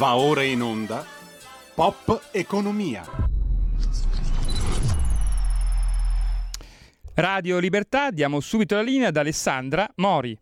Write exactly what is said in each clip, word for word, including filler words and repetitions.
Va ora in onda Pop Economia. Radio Libertà, diamo subito la linea ad Alessandra Mori.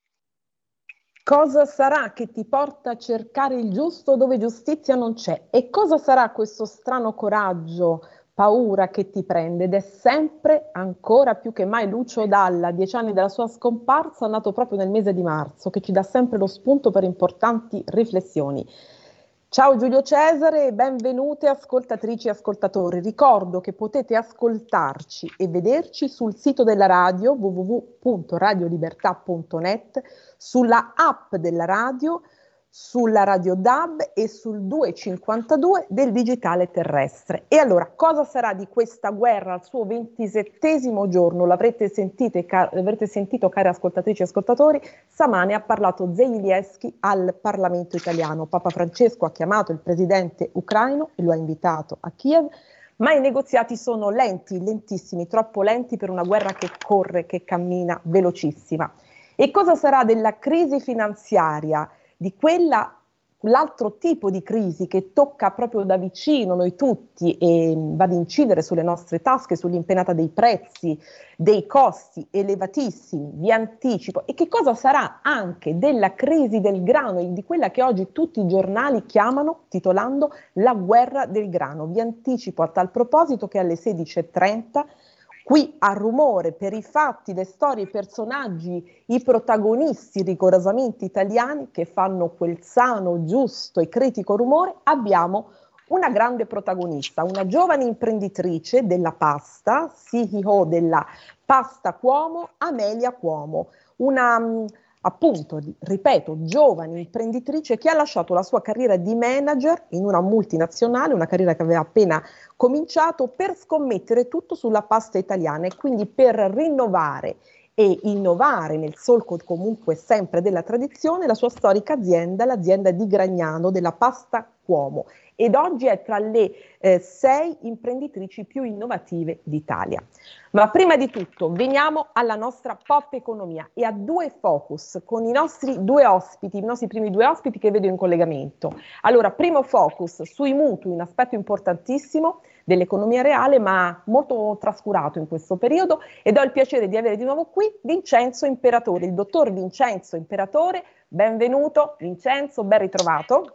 Cosa sarà che ti porta a cercare il giusto dove giustizia non c'è? E cosa sarà questo strano coraggio, paura che ti prende? Ed è sempre, ancora più che mai, Lucio Dalla, a dieci anni dalla sua scomparsa, nato proprio nel mese di marzo, che ci dà sempre lo spunto per importanti riflessioni. Ciao Giulio Cesare e benvenute ascoltatrici e ascoltatori. Ricordo che potete ascoltarci e vederci sul sito della radio w w w punto radio libertà punto net, sulla app della radio, sulla radio D A B e sul duecentocinquantadue del digitale terrestre. E allora, cosa sarà di questa guerra al suo ventisettesimo giorno? L'avrete sentite, car- l'avrete sentito, cari ascoltatrici e ascoltatori, stamane ha parlato Zelensky al Parlamento italiano. Papa Francesco ha chiamato il presidente ucraino e lo ha invitato a Kiev, ma i negoziati sono lenti, lentissimi, troppo lenti per una guerra che corre, che cammina velocissima. E cosa sarà della crisi finanziaria, di quella, l'altro tipo di crisi che tocca proprio da vicino noi tutti e va ad incidere sulle nostre tasche, sull'impennata dei prezzi, dei costi elevatissimi, vi anticipo, e che cosa sarà anche della crisi del grano e di quella che oggi tutti i giornali chiamano, titolando, la guerra del grano. Vi anticipo a tal proposito che alle sedici e trenta qui a Rumore, per i fatti, le storie, i personaggi, i protagonisti rigorosamente italiani che fanno quel sano, giusto e critico rumore, abbiamo una grande protagonista, una giovane imprenditrice della pasta, C E O della Pasta Cuomo, Amelia Cuomo, una appunto, ripeto, giovane imprenditrice che ha lasciato la sua carriera di manager in una multinazionale, una carriera che aveva appena cominciato, per scommettere tutto sulla pasta italiana e quindi per rinnovare e innovare nel solco comunque sempre della tradizione la sua storica azienda, l'azienda di Gragnano della Pasta Cuomo, ed oggi è tra le eh, sei imprenditrici più innovative d'Italia. Ma prima di tutto veniamo alla nostra pop economia e a due focus con i nostri due ospiti, i nostri primi due ospiti che vedo in collegamento. Allora, primo focus sui mutui, un aspetto importantissimo dell'economia reale ma molto trascurato in questo periodo, ed ho il piacere di avere di nuovo qui Vincenzo Imperatore, il dottor Vincenzo Imperatore. Benvenuto Vincenzo, ben ritrovato.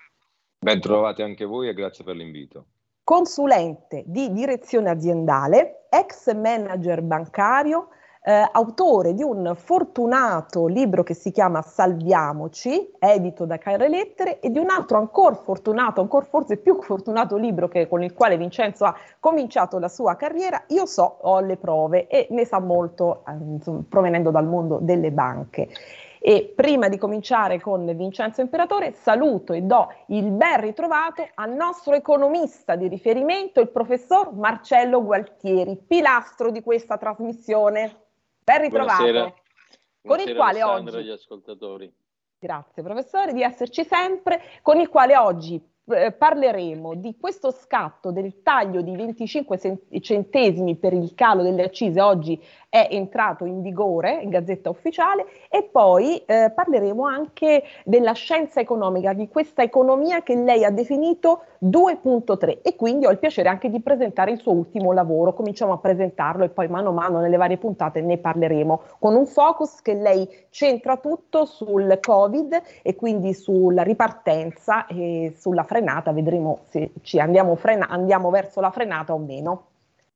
Ben trovati anche voi e grazie per l'invito. Consulente di direzione aziendale, ex manager bancario, eh, autore di un fortunato libro che si chiama Salviamoci, edito da Cairo Lettere, e di un altro ancora fortunato, ancora forse più fortunato libro che, con il quale Vincenzo ha cominciato la sua carriera, Io so, ho le prove, e ne sa molto eh, insomma, provenendo dal mondo delle banche. E prima di cominciare con Vincenzo Imperatore, saluto e do il ben ritrovato al nostro economista di riferimento, il professor Marcello Gualtieri, pilastro di questa trasmissione. Ben ritrovato. Buonasera. Con Buonasera il quale Alessandra oggi, e agli ascoltatori. Grazie professore di esserci sempre, con il quale oggi eh, parleremo di questo scatto del taglio di venticinque centesimi per il calo delle accise. Oggi è entrato in vigore in Gazzetta Ufficiale, e poi eh, parleremo anche della scienza economica, di questa economia che lei ha definito due punto tre, e quindi ho il piacere anche di presentare il suo ultimo lavoro. Cominciamo a presentarlo e poi mano a mano nelle varie puntate ne parleremo, con un focus che lei centra tutto sul Covid e quindi sulla ripartenza e sulla frenata. Vedremo se ci andiamo, frena- andiamo verso la frenata o meno.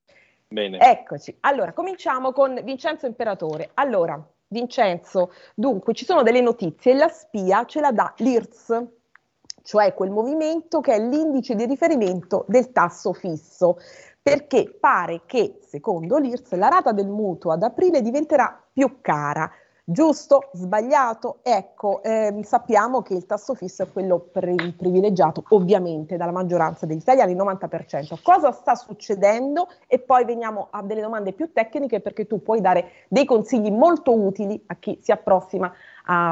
Bene. Eccoci, allora cominciamo con Vincenzo Imperatore. Allora, Vincenzo, dunque ci sono delle notizie, la spia ce la dà l'I R S, cioè quel movimento che è l'indice di riferimento del tasso fisso, perché pare che, secondo l'I R S, la rata del mutuo ad aprile diventerà più cara. Giusto? Sbagliato? Ecco, ehm, sappiamo che il tasso fisso è quello pri- privilegiato ovviamente dalla maggioranza degli italiani, il novanta per cento. Cosa sta succedendo? E poi veniamo a delle domande più tecniche, perché tu puoi dare dei consigli molto utili a chi si approssima a,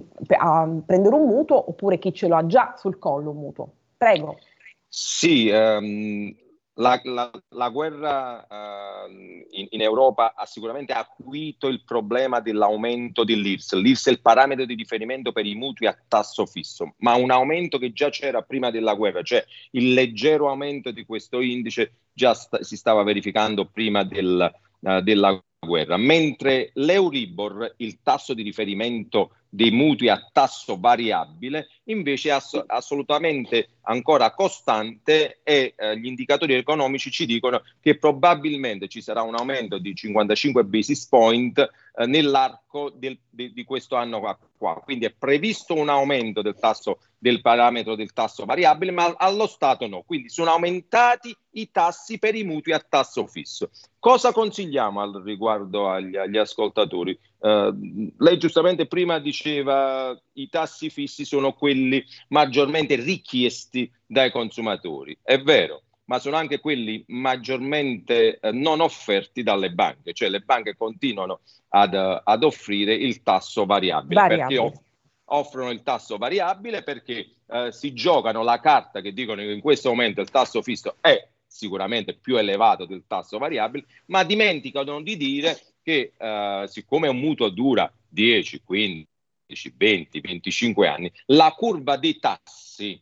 a prendere un mutuo, oppure chi ce lo ha già sul collo un mutuo. Prego. Sì, ehm, La, la, la guerra uh, in, in Europa ha sicuramente acuito il problema dell'aumento dell'I R S. L'I R S è il parametro di riferimento per i mutui a tasso fisso, ma un aumento che già c'era prima della guerra, cioè il leggero aumento di questo indice già sta, si stava verificando prima del, uh, della guerra, mentre l'Euribor, il tasso di riferimento dei mutui a tasso variabile, invece è ass- assolutamente ancora costante e eh, gli indicatori economici ci dicono che probabilmente ci sarà un aumento di cinquantacinque basis point eh, nell'arco del, de, di questo anno qua. Quindi è previsto un aumento del tasso del parametro del tasso variabile, ma allo stato no. Quindi sono aumentati i tassi per i mutui a tasso fisso. Cosa consigliamo al riguardo agli, agli ascoltatori? Uh, lei giustamente prima diceva i tassi fissi sono quelli maggiormente richiesti dai consumatori. È vero, ma sono anche quelli maggiormente uh, non offerti dalle banche, cioè le banche continuano ad, uh, ad offrire il tasso variabile, variabile. perché off- offrono il tasso variabile perché uh, si giocano la carta che dicono che in questo momento il tasso fisso è sicuramente più elevato del tasso variabile, ma dimenticano di dire che uh, siccome un mutuo dura dieci, quindici, venti, venticinque anni, la curva dei tassi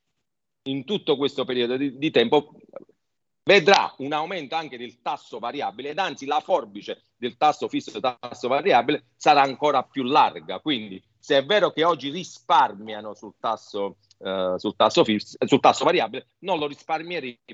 in tutto questo periodo di, di tempo vedrà un aumento anche del tasso variabile ed anzi la forbice del tasso fisso e del tasso variabile sarà ancora più larga. Quindi se è vero che oggi risparmiano sul tasso, uh, sul tasso, fisso, sul tasso variabile, non lo risparmierebbero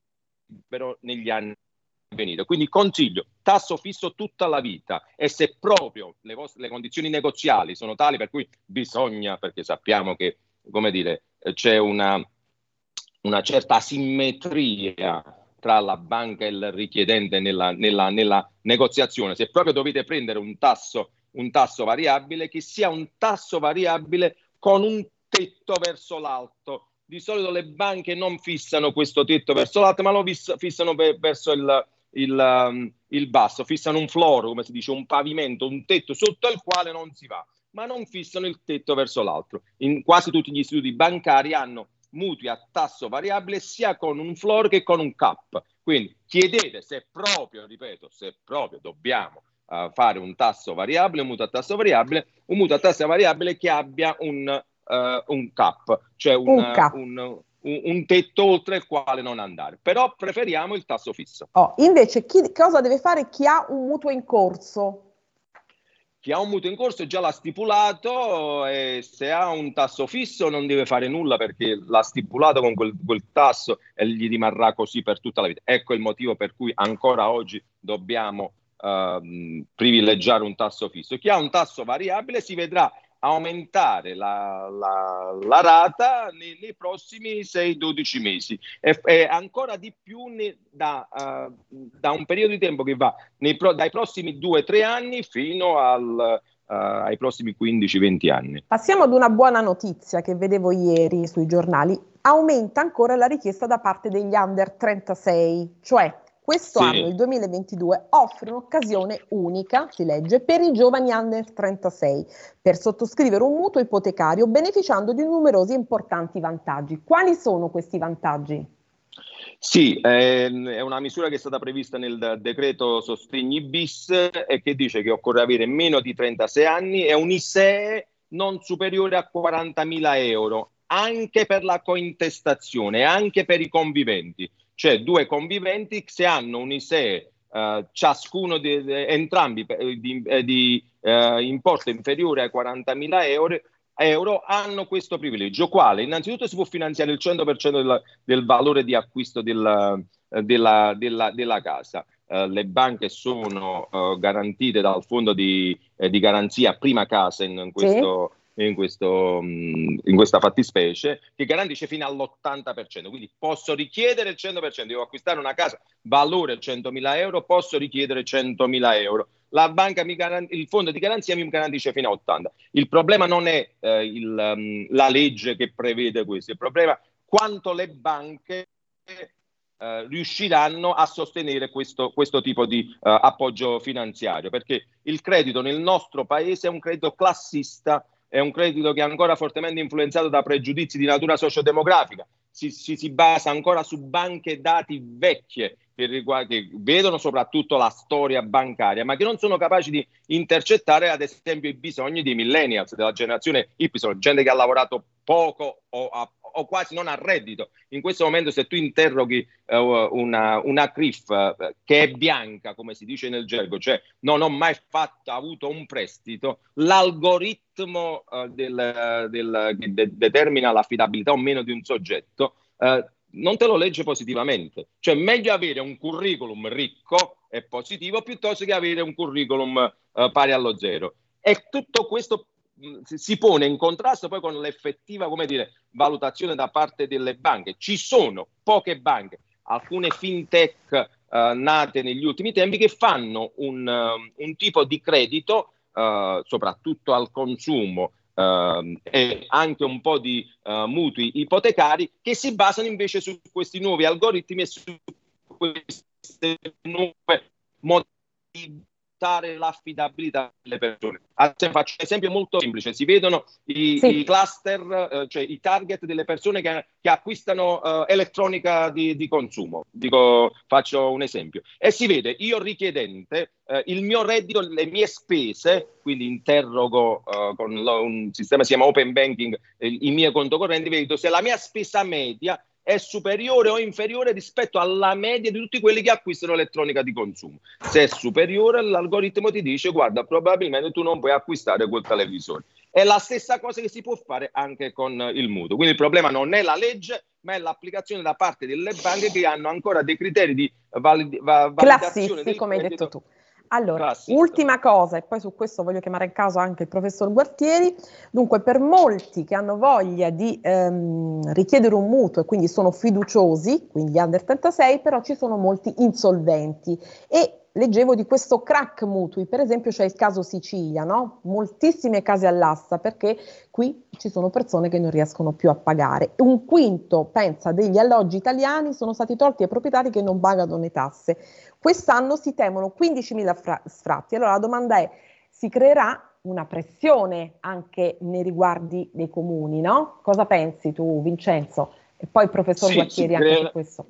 negli anni venire. Quindi consiglio tasso fisso tutta la vita e se proprio le, vostre, le condizioni negoziali sono tali per cui bisogna, perché sappiamo che, come dire, c'è una, una certa asimmetria tra la banca e il richiedente nella, nella, nella negoziazione, se proprio dovete prendere un tasso, un tasso variabile, che sia un tasso variabile con un tetto verso l'alto. Di solito le banche non fissano questo tetto verso l'alto, ma lo fissano per, verso il Il, um, il basso, fissano un floor, come si dice, un pavimento, un tetto sotto il quale non si va, ma non fissano il tetto verso l'altro. In quasi tutti gli istituti bancari hanno mutui a tasso variabile sia con un floor che con un cap. Quindi chiedete se proprio, ripeto, se proprio dobbiamo uh, fare un tasso variabile, un mutuo a tasso variabile, un mutuo a tasso variabile che abbia un, uh, un cap, cioè un, un cap. un un tetto oltre il quale non andare, però preferiamo il tasso fisso. Oh, invece chi, cosa deve fare chi ha un mutuo in corso? Chi ha un mutuo in corso già l'ha stipulato e se ha un tasso fisso non deve fare nulla perché l'ha stipulato con quel, quel tasso e gli rimarrà così per tutta la vita. Ecco il motivo per cui ancora oggi dobbiamo uh, privilegiare un tasso fisso. Chi ha un tasso variabile si vedrà aumentare la, la, la rata nei, nei prossimi sei dodici mesi e, e ancora di più ne, da, uh, da un periodo di tempo che va nei pro, dai prossimi due tre anni fino al, uh, ai prossimi quindici venti anni. Passiamo ad una buona notizia che vedevo ieri sui giornali. Aumenta ancora la richiesta da parte degli under trentasei, cioè questo sì. anno, il duemilaventidue, offre un'occasione unica, si legge, per i giovani under trentasei per sottoscrivere un mutuo ipotecario beneficiando di numerosi e importanti vantaggi. Quali sono questi vantaggi? Sì, ehm, è una misura che è stata prevista nel decreto Sostegni bis e che dice che occorre avere meno di trentasei anni e un I S E E non superiore a quarantamila euro, anche per la cointestazione, anche per i conviventi. Cioè due conviventi se hanno un I S E E uh, ciascuno di, di entrambi di, di uh, importo inferiore ai quarantamila euro, euro hanno questo privilegio. Quale? Innanzitutto si può finanziare il cento per cento del, del valore di acquisto della, della, della, della casa. Uh, le banche sono uh, garantite dal fondo di, eh, di garanzia prima casa in questo sì. In, questo, in questa fattispecie che garantisce fino all'ottanta per cento, quindi posso richiedere il cento per cento, devo acquistare una casa valore centomila euro, posso richiedere centomila euro, la banca mi garant- il fondo di garanzia mi garantisce fino a ottanta. Il problema non è eh, il, um, la legge che prevede questo, il problema è quanto le banche eh, riusciranno a sostenere questo, questo tipo di uh, appoggio finanziario, perché il credito nel nostro paese è un credito classista, è un credito che è ancora fortemente influenzato da pregiudizi di natura sociodemografica. si, si, si basa ancora su banche dati vecchie che, riguarda, che vedono soprattutto la storia bancaria, ma che non sono capaci di intercettare ad esempio i bisogni dei millennials, della generazione Y, gente che ha lavorato poco o, a, o quasi non ha reddito. In questo momento se tu interroghi uh, una, una C R I F uh, che è bianca, come si dice nel gergo, cioè non ho mai fatto, avuto un prestito, l'algoritmo uh, del, del, che de- determina l'affidabilità o meno di un soggetto uh, non te lo legge positivamente. Cioè meglio avere un curriculum ricco e positivo piuttosto che avere un curriculum uh, pari allo zero. E tutto questo mh, si pone in contrasto poi con l'effettiva, come dire, valutazione da parte delle banche. Ci sono poche banche, alcune fintech uh, nate negli ultimi tempi, che fanno un, uh, un tipo di credito uh, soprattutto al consumo, Uh, e anche un po' di uh, mutui ipotecari, che si basano invece su questi nuovi algoritmi e su queste nuove modalità di dare l'affidabilità delle persone. Faccio un esempio molto semplice: si vedono i, sì. i cluster, uh, cioè i target delle persone che, che acquistano uh, elettronica di, di consumo. Dico, faccio un esempio, e si vede io richiedente uh, il mio reddito, le mie spese, quindi interrogo uh, con lo, un sistema che si chiama Open Banking eh, i miei conto correnti, vedo se la mia spesa media è superiore o inferiore rispetto alla media di tutti quelli che acquistano elettronica di consumo. Se è superiore, l'algoritmo ti dice: guarda, probabilmente tu non puoi acquistare quel televisore. È la stessa cosa che si può fare anche con il mutuo. Quindi il problema non è la legge, ma è l'applicazione da parte delle banche, che hanno ancora dei criteri di valid- validazione classisti, del come hai detto tu. Allora, classista. Ultima cosa, e poi su questo voglio chiamare in causa anche il professor Gualtieri. Dunque, per molti che hanno voglia di ehm, richiedere un mutuo e quindi sono fiduciosi, quindi under trentasei, però ci sono molti insolventi. E leggevo di questo crack mutui, per esempio c'è il caso Sicilia, no? Moltissime case all'asta, perché qui ci sono persone che non riescono più a pagare. Un quinto, pensa, degli alloggi italiani sono stati tolti ai proprietari che non pagano le tasse. Quest'anno si temono quindicimila fra- sfratti. Allora la domanda è: si creerà una pressione anche nei riguardi dei comuni, no? Cosa pensi tu, Vincenzo? E poi il professor Sì, Gualtieri crea- anche su questo.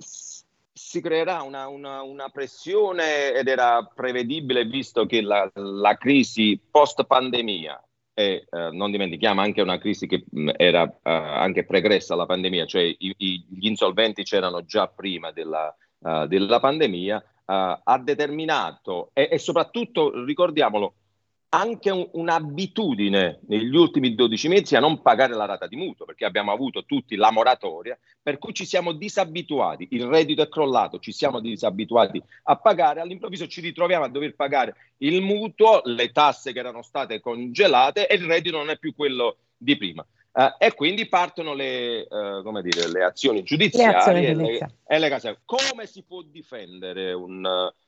Si creerà una, una, una pressione, ed era prevedibile, visto che la, la crisi post-pandemia è, eh, non dimentichiamo, anche una crisi che mh, era uh, anche pregressa alla pandemia, cioè i, i, gli insolventi c'erano già prima della, uh, della pandemia, uh, ha determinato, e, e soprattutto, ricordiamolo, anche un, un'abitudine negli ultimi dodici mesi a non pagare la rata di mutuo, perché abbiamo avuto tutti la moratoria, per cui ci siamo disabituati, il reddito è crollato, ci siamo disabituati a pagare, all'improvviso ci ritroviamo a dover pagare il mutuo, le tasse che erano state congelate, e il reddito non è più quello di prima. Uh, e quindi partono le, uh, come dire, le azioni giudiziarie, Le azioni e, giudiziarie. le, e le case. Come si può difendere un...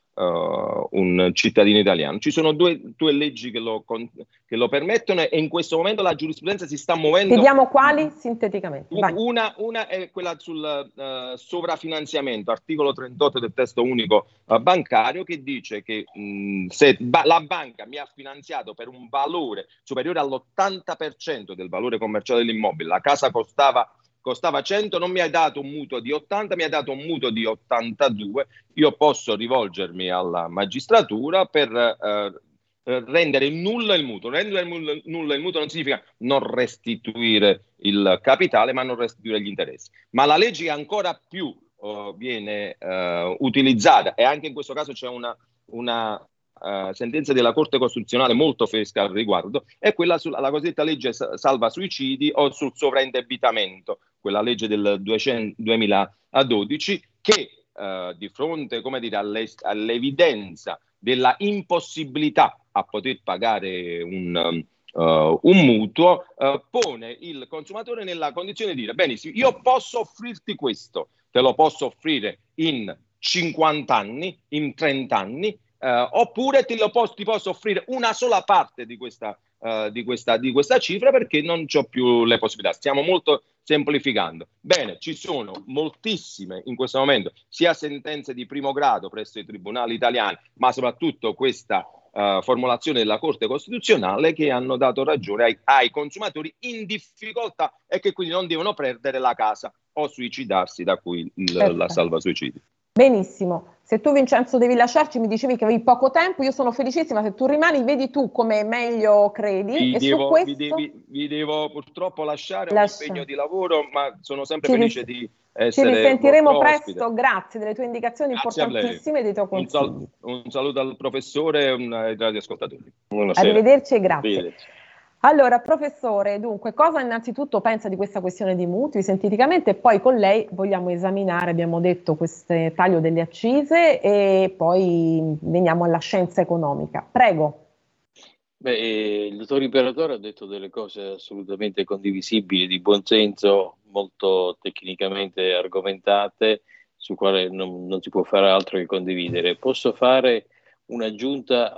Uh, un cittadino italiano? Ci sono due, due leggi che lo, con, che lo permettono, e in questo momento la giurisprudenza si sta muovendo. Vediamo quali sinteticamente. Vai. Una, una è quella sul uh, sovrafinanziamento, articolo trentotto del testo unico uh, bancario, che dice che mh, se ba- la banca mi ha finanziato per un valore superiore all'ottanta per cento del valore commerciale dell'immobile, la casa costava costava cento, non mi hai dato un mutuo di ottanta, mi hai dato un mutuo di ottantadue, io posso rivolgermi alla magistratura per eh, rendere nullo il mutuo. Rendere nullo il mutuo non significa non restituire il capitale, ma non restituire gli interessi. Ma la legge ancora più oh, viene uh, utilizzata, e anche in questo caso c'è una, una Uh, sentenza della Corte Costituzionale molto fresca al riguardo, è quella sulla la cosiddetta legge salva suicidi o sul sovraindebitamento, quella legge del duecento, duemiladodici, che uh, di fronte, come dire, alle, all'evidenza della impossibilità a poter pagare un, uh, un mutuo, uh, pone il consumatore nella condizione di dire: benissimo, io posso offrirti questo, te lo posso offrire in cinquanta anni, in trenta anni, Uh, oppure ti, lo posso, ti posso offrire una sola parte di questa, uh, di questa, di questa cifra, perché non c'ho più le possibilità. Stiamo molto semplificando. Bene, ci sono moltissime in questo momento, sia sentenze di primo grado presso i tribunali italiani, ma soprattutto questa uh, formulazione della Corte Costituzionale, che hanno dato ragione ai, ai consumatori in difficoltà, e che quindi non devono perdere la casa o suicidarsi, da cui il, la salva suicidi. Benissimo. Se tu, Vincenzo, devi lasciarci, mi dicevi che avevi poco tempo, io sono felicissima, se tu rimani vedi tu come meglio credi. Vi, e devo, su questo... vi, devi, vi devo purtroppo lasciare Lascia. un impegno di lavoro, ma sono sempre ci felice ris- di essere Ci risentiremo ospite. presto, grazie delle tue indicazioni Grazie importantissime e dei tuoi un, consigli. sal- un saluto al professore e un- ai radioascoltatori. Buonasera. Arrivederci e grazie. Arrivederci. Allora, professore, dunque, cosa innanzitutto pensa di questa questione di mutui sinteticamente e poi con lei vogliamo esaminare, abbiamo detto, questo taglio delle accise e poi veniamo alla scienza economica. Prego. Beh, eh, il dottor Imperatore ha detto delle cose assolutamente condivisibili, di buon senso, molto tecnicamente argomentate, su quale non, non si può fare altro che condividere. Posso fare un'aggiunta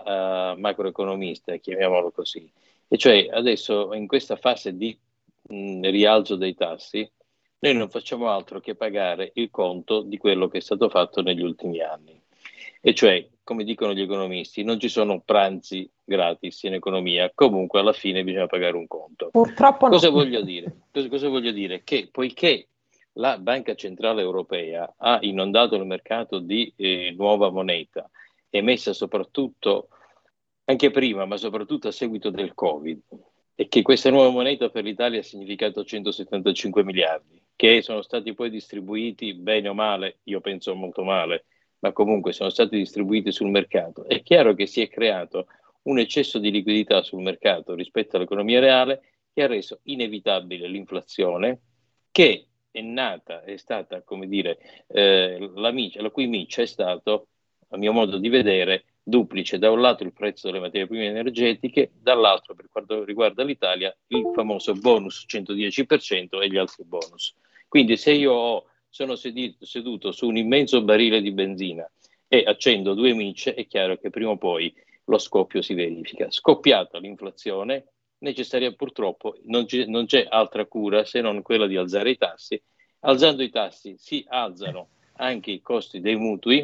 da uh, macroeconomista, chiamiamolo così. E cioè adesso in questa fase di mh, rialzo dei tassi noi non facciamo altro che pagare il conto di quello che è stato fatto negli ultimi anni. E cioè, come dicono gli economisti, non ci sono pranzi gratis in economia, comunque alla fine bisogna pagare un conto. Purtroppo no. Cosa voglio dire? Cosa, cosa voglio dire? Che poiché la Banca Centrale Europea ha inondato il mercato di eh, nuova moneta, emessa soprattutto anche prima, ma soprattutto a seguito del Covid, e che questa nuova moneta per l'Italia ha significato centosettantacinque miliardi, che sono stati poi distribuiti bene o male, io penso molto male, ma comunque sono stati distribuiti sul mercato. È chiaro che si è creato un eccesso di liquidità sul mercato rispetto all'economia reale che ha reso inevitabile l'inflazione, che è nata, è stata, come dire, eh, la, micia, la cui miccia è stato, a mio modo di vedere, duplice: da un lato il prezzo delle materie prime energetiche, dall'altro, per quanto riguarda l'Italia, il famoso bonus centodieci per cento e gli altri bonus. Quindi se io ho, sono sedito, seduto su un immenso barile di benzina e accendo due micce, è chiaro che prima o poi lo scoppio si verifica. Scoppiata l'inflazione, necessaria purtroppo, non c'è, non c'è altra cura se non quella di alzare i tassi. Alzando i tassi si alzano anche i costi dei mutui,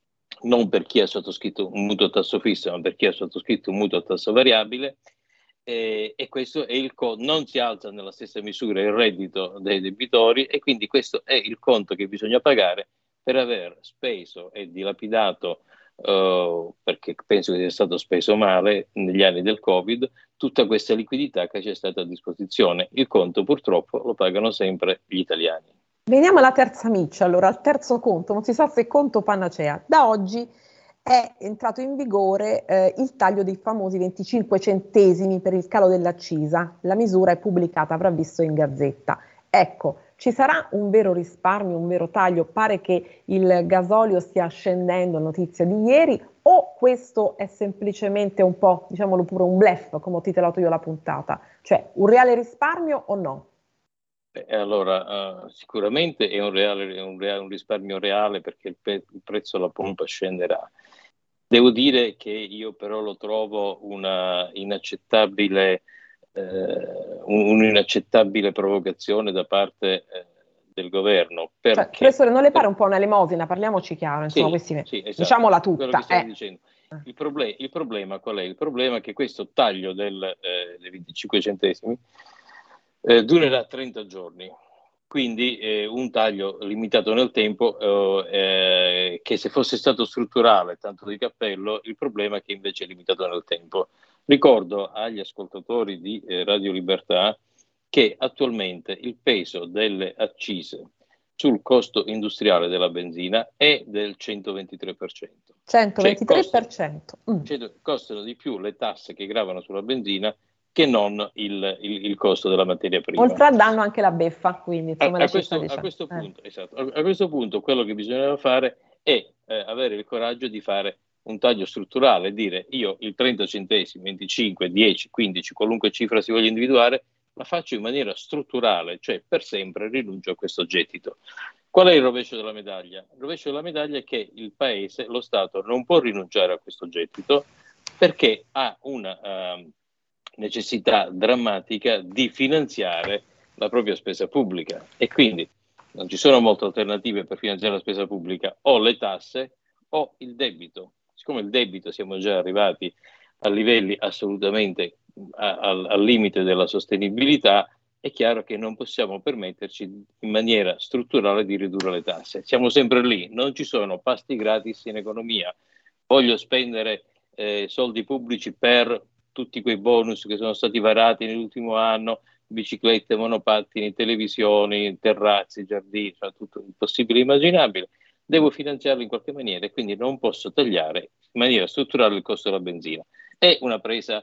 non per chi ha sottoscritto un mutuo a tasso fisso, ma per chi ha sottoscritto un mutuo a tasso variabile, eh, e questo è il conto. Non si alza nella stessa misura il reddito dei debitori, e quindi questo è il conto che bisogna pagare per aver speso e dilapidato, uh, perché penso che sia stato speso male negli anni del Covid, tutta questa liquidità che ci è stata a disposizione. Il conto purtroppo lo pagano sempre gli italiani. Veniamo alla terza miccia, allora al terzo conto, non si sa se conto panacea. Da oggi è entrato in vigore eh, il taglio dei famosi venticinque centesimi per il calo dell'accisa. La misura è pubblicata, avrà visto in Gazzetta. Ecco, ci sarà un vero risparmio, un vero taglio? Pare che il gasolio stia scendendo, notizia di ieri, o questo è semplicemente un po', diciamolo pure, un bluff, come ho titolato io la puntata? Cioè, un reale risparmio o no? E allora, uh, sicuramente è un, reale, un, reale, un risparmio reale, perché il, pe- il prezzo alla pompa scenderà. Devo dire che io però lo trovo una inaccettabile, eh, un'inaccettabile provocazione da parte eh, del governo. Perché, cioè, professore, non le pare un po' un'elemosina? Parliamoci chiaro, insomma, sì, questi, sì, esatto, diciamola quello tutta. che stavo Eh. dicendo. Il, proble- il problema qual è? Il problema è che questo taglio del, eh, dei venticinque centesimi Eh, durerà trenta giorni, quindi eh, un taglio limitato nel tempo, eh, che se fosse stato strutturale, tanto di cappello. Il problema è che invece è limitato nel tempo. Ricordo agli ascoltatori di eh, Radio Libertà che attualmente il peso delle accise sul costo industriale della benzina è del centoventitré per cento. centoventitré per cento. Cioè, costano, mm. costano di più le tasse che gravano sulla benzina che non il, il, il costo della materia prima. Oltre al danno anche la beffa, quindi insomma a, a, questo, a, questo eh. punto, esatto, a, a questo punto quello che bisognava fare è eh, avere il coraggio di fare un taglio strutturale, dire: io il trenta centesimi, venticinque, dieci, quindici, qualunque cifra si voglia individuare, la faccio in maniera strutturale, cioè per sempre rinuncio a questo gettito. Qual è il rovescio della medaglia? Il rovescio della medaglia è che il Paese, lo Stato, non può rinunciare a questo gettito, perché ha una uh, necessità drammatica di finanziare la propria spesa pubblica, e quindi non ci sono molte alternative per finanziare la spesa pubblica: o le tasse o il debito. Siccome il debito siamo già arrivati a livelli assolutamente a, a, al limite della sostenibilità, è chiaro che non possiamo permetterci in maniera strutturale di ridurre le tasse. Siamo sempre lì, non ci sono pasti gratis in economia. Voglio spendere eh, soldi pubblici per tutti quei bonus che sono stati varati nell'ultimo anno, biciclette, monopattini, televisioni, terrazzi, giardini, cioè tutto il possibile e immaginabile. Devo finanziarlo in qualche maniera e quindi non posso tagliare in maniera strutturale il costo della benzina. È una presa,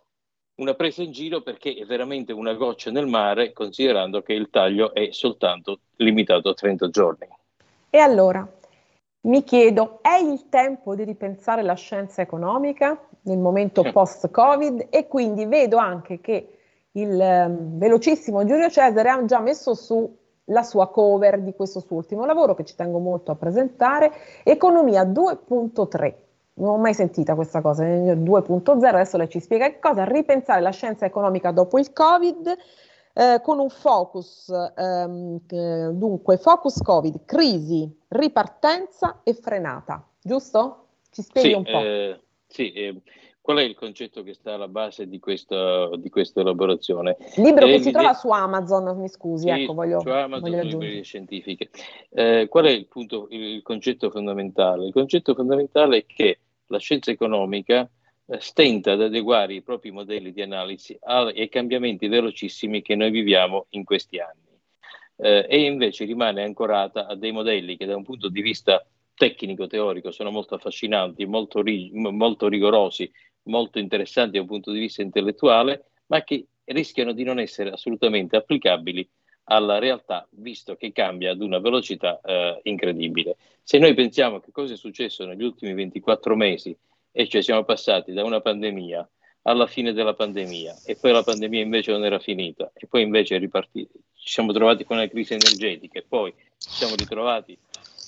una presa in giro, perché è veramente una goccia nel mare, considerando che il taglio è soltanto limitato a trenta giorni. E allora, mi chiedo, è il tempo di ripensare la scienza economica nel momento post-Covid? E quindi vedo anche che il um, velocissimo Giulio Cesare ha già messo su la sua cover di questo suo ultimo lavoro, che ci tengo molto a presentare, Economia due punto tre. Non ho mai sentita questa cosa, due punto zero, adesso lei ci spiega che cosa, ripensare la scienza economica dopo il Covid, eh, con un focus, ehm, eh, dunque, focus Covid, crisi, ripartenza e frenata, giusto? Ci spieghi Sì, un po'. Eh, sì, eh, qual è il concetto che sta alla base di questa, di questa elaborazione? Libro È che si trova evidente- su Amazon, mi scusi, Sì, ecco, voglio, su Amazon, voglio sulle aggiungere. librerie scientifiche. Eh, qual è il punto, il, il concetto fondamentale? Il concetto fondamentale è che la scienza economica eh, stenta ad adeguare i propri modelli di analisi a- ai cambiamenti velocissimi che noi viviamo in questi anni. Eh, e invece rimane ancorata a dei modelli che da un punto di vista tecnico-teorico sono molto affascinanti, molto, rig- molto rigorosi, molto interessanti da un punto di vista intellettuale, ma che rischiano di non essere assolutamente applicabili alla realtà, visto che cambia ad una velocità eh, incredibile. Se noi pensiamo che cosa è successo negli ultimi ventiquattro mesi, e cioè siamo passati da una pandemia alla fine della pandemia, e poi la pandemia invece non era finita, e poi invece è ripartita, ci siamo trovati con una crisi energetica, e poi ci siamo ritrovati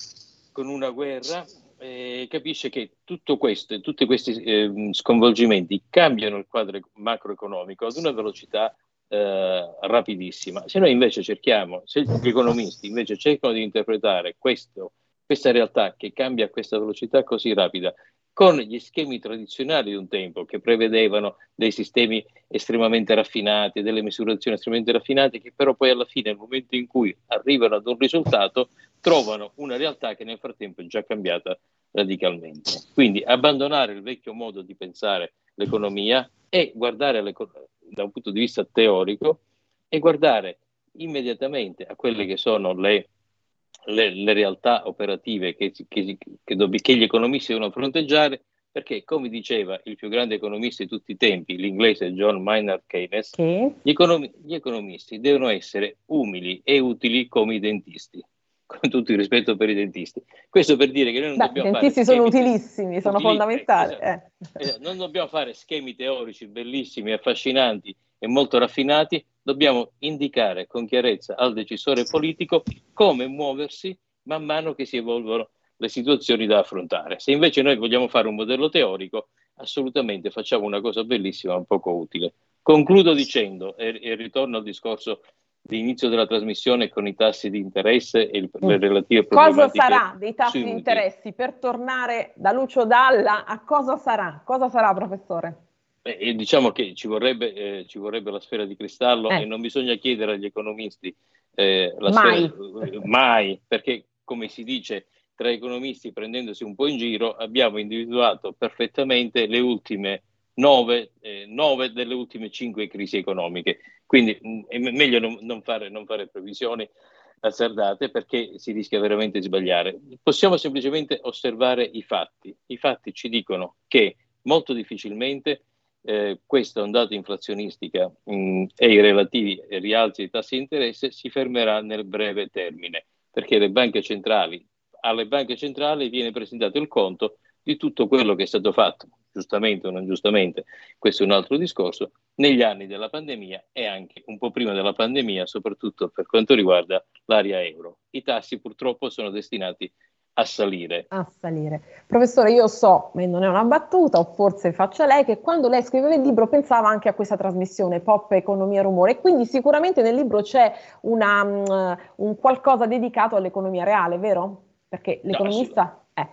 con una guerra, eh, capisce che tutto questo, tutti questi eh, sconvolgimenti cambiano il quadro macroeconomico ad una velocità eh, rapidissima. Se noi invece cerchiamo, se gli economisti invece cercano di interpretare questo, questa realtà che cambia a questa velocità così rapida, con gli schemi tradizionali di un tempo che prevedevano dei sistemi estremamente raffinati, delle misurazioni estremamente raffinate, che però poi alla fine, nel momento in cui arrivano ad un risultato, trovano una realtà che nel frattempo è già cambiata radicalmente. Quindi abbandonare il vecchio modo di pensare l'economia e guardare da un punto di vista teorico e guardare immediatamente a quelle che sono le, le, le realtà operative che, che, che, dobb- che gli economisti devono fronteggiare, perché, come diceva il più grande economista di tutti i tempi, l'inglese John Maynard Keynes, Che? gli, economi- gli economisti devono essere umili e utili come i dentisti, con tutto il rispetto per i dentisti. Questo per dire che noi non Beh, i dobbiamo dentisti fare sono schemi te- utilissimi, sono utili- fondamentali. eh, eh. esatto. Eh, non dobbiamo fare schemi teorici bellissimi, affascinanti e molto raffinati, dobbiamo indicare con chiarezza al decisore politico come muoversi man mano che si evolvono le situazioni da affrontare. Se invece noi vogliamo fare un modello teorico, assolutamente facciamo una cosa bellissima ma poco utile. Concludo dicendo, e, e ritorno al discorso di inizio della trasmissione con i tassi di interesse e il, le relative problematiche. Cosa sarà dei tassi di interessi? Per tornare da Lucio Dalla, a cosa sarà? Cosa sarà, professore? Eh, diciamo che ci vorrebbe, eh, ci vorrebbe la sfera di cristallo Eh. e non bisogna chiedere agli economisti eh, la Mai. sfera, eh, mai, perché come si dice tra economisti, prendendosi un po' in giro, abbiamo individuato perfettamente le ultime nove, eh, nove delle ultime cinque crisi economiche. Quindi mh, è meglio non, non, fare, non fare previsioni azzardate, perché si rischia veramente di sbagliare. Possiamo semplicemente osservare i fatti. I fatti ci dicono che molto difficilmente eh, questa ondata inflazionistica mh, e i relativi rialzi dei tassi di interesse si fermerà nel breve termine, perché le banche centrali, alle banche centrali viene presentato il conto di tutto quello che è stato fatto, giustamente o non giustamente, questo è un altro discorso, negli anni della pandemia e anche un po' prima della pandemia, soprattutto per quanto riguarda l'area euro. I tassi purtroppo sono destinati a salire. A salire. Professore, io so, ma non è una battuta, o forse faccia lei, che quando lei scriveva il libro pensava anche a questa trasmissione Pop Economia Rumore, e quindi sicuramente nel libro c'è una, um, un qualcosa dedicato all'economia reale, vero? Perché l'economista... No, eh.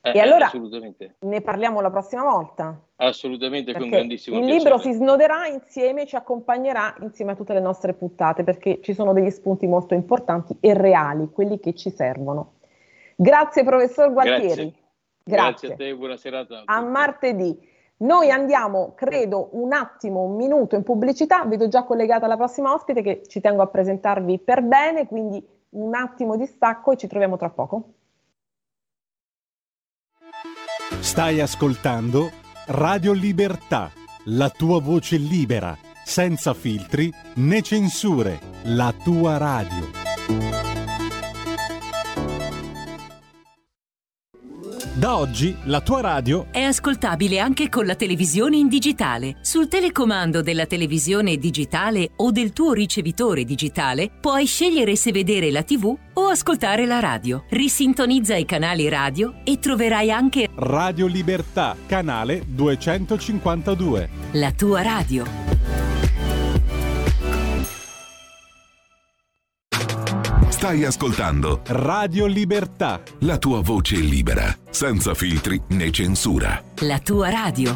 Eh, e allora assolutamente. ne parliamo la prossima volta. Assolutamente, con Perché grandissimo il piacere. libro si snoderà insieme, ci accompagnerà insieme a tutte le nostre puntate, perché ci sono degli spunti molto importanti e reali, quelli che ci servono. Grazie professor Gualtieri. Grazie. Grazie a te, buona serata. A martedì. Noi andiamo, credo, un attimo, un minuto in pubblicità, vedo già collegata alla prossima ospite che ci tengo a presentarvi per bene, quindi un attimo di stacco e ci troviamo tra poco. Stai ascoltando Radio Libertà, la tua voce libera, senza filtri né censure, la tua radio. Da oggi la tua radio è ascoltabile anche con la televisione in digitale. Sul telecomando della televisione digitale o del tuo ricevitore digitale puoi scegliere se vedere la tivù o ascoltare la radio. Risintonizza i canali radio e troverai anche Radio Libertà, canale duecentocinquantadue. La tua radio. Stai ascoltando Radio Libertà, la tua voce libera, senza filtri né censura. La tua radio.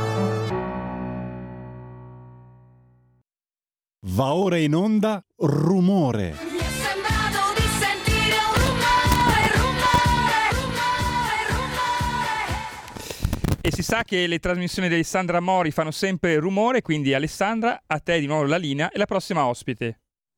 va ora in onda Rumore. Mi è sembrato di sentire un rumore, rumore, rumore, rumore. E si sa che le trasmissioni di Alessandra Mori fanno sempre rumore, quindi Alessandra, a te di nuovo la linea e la prossima ospite.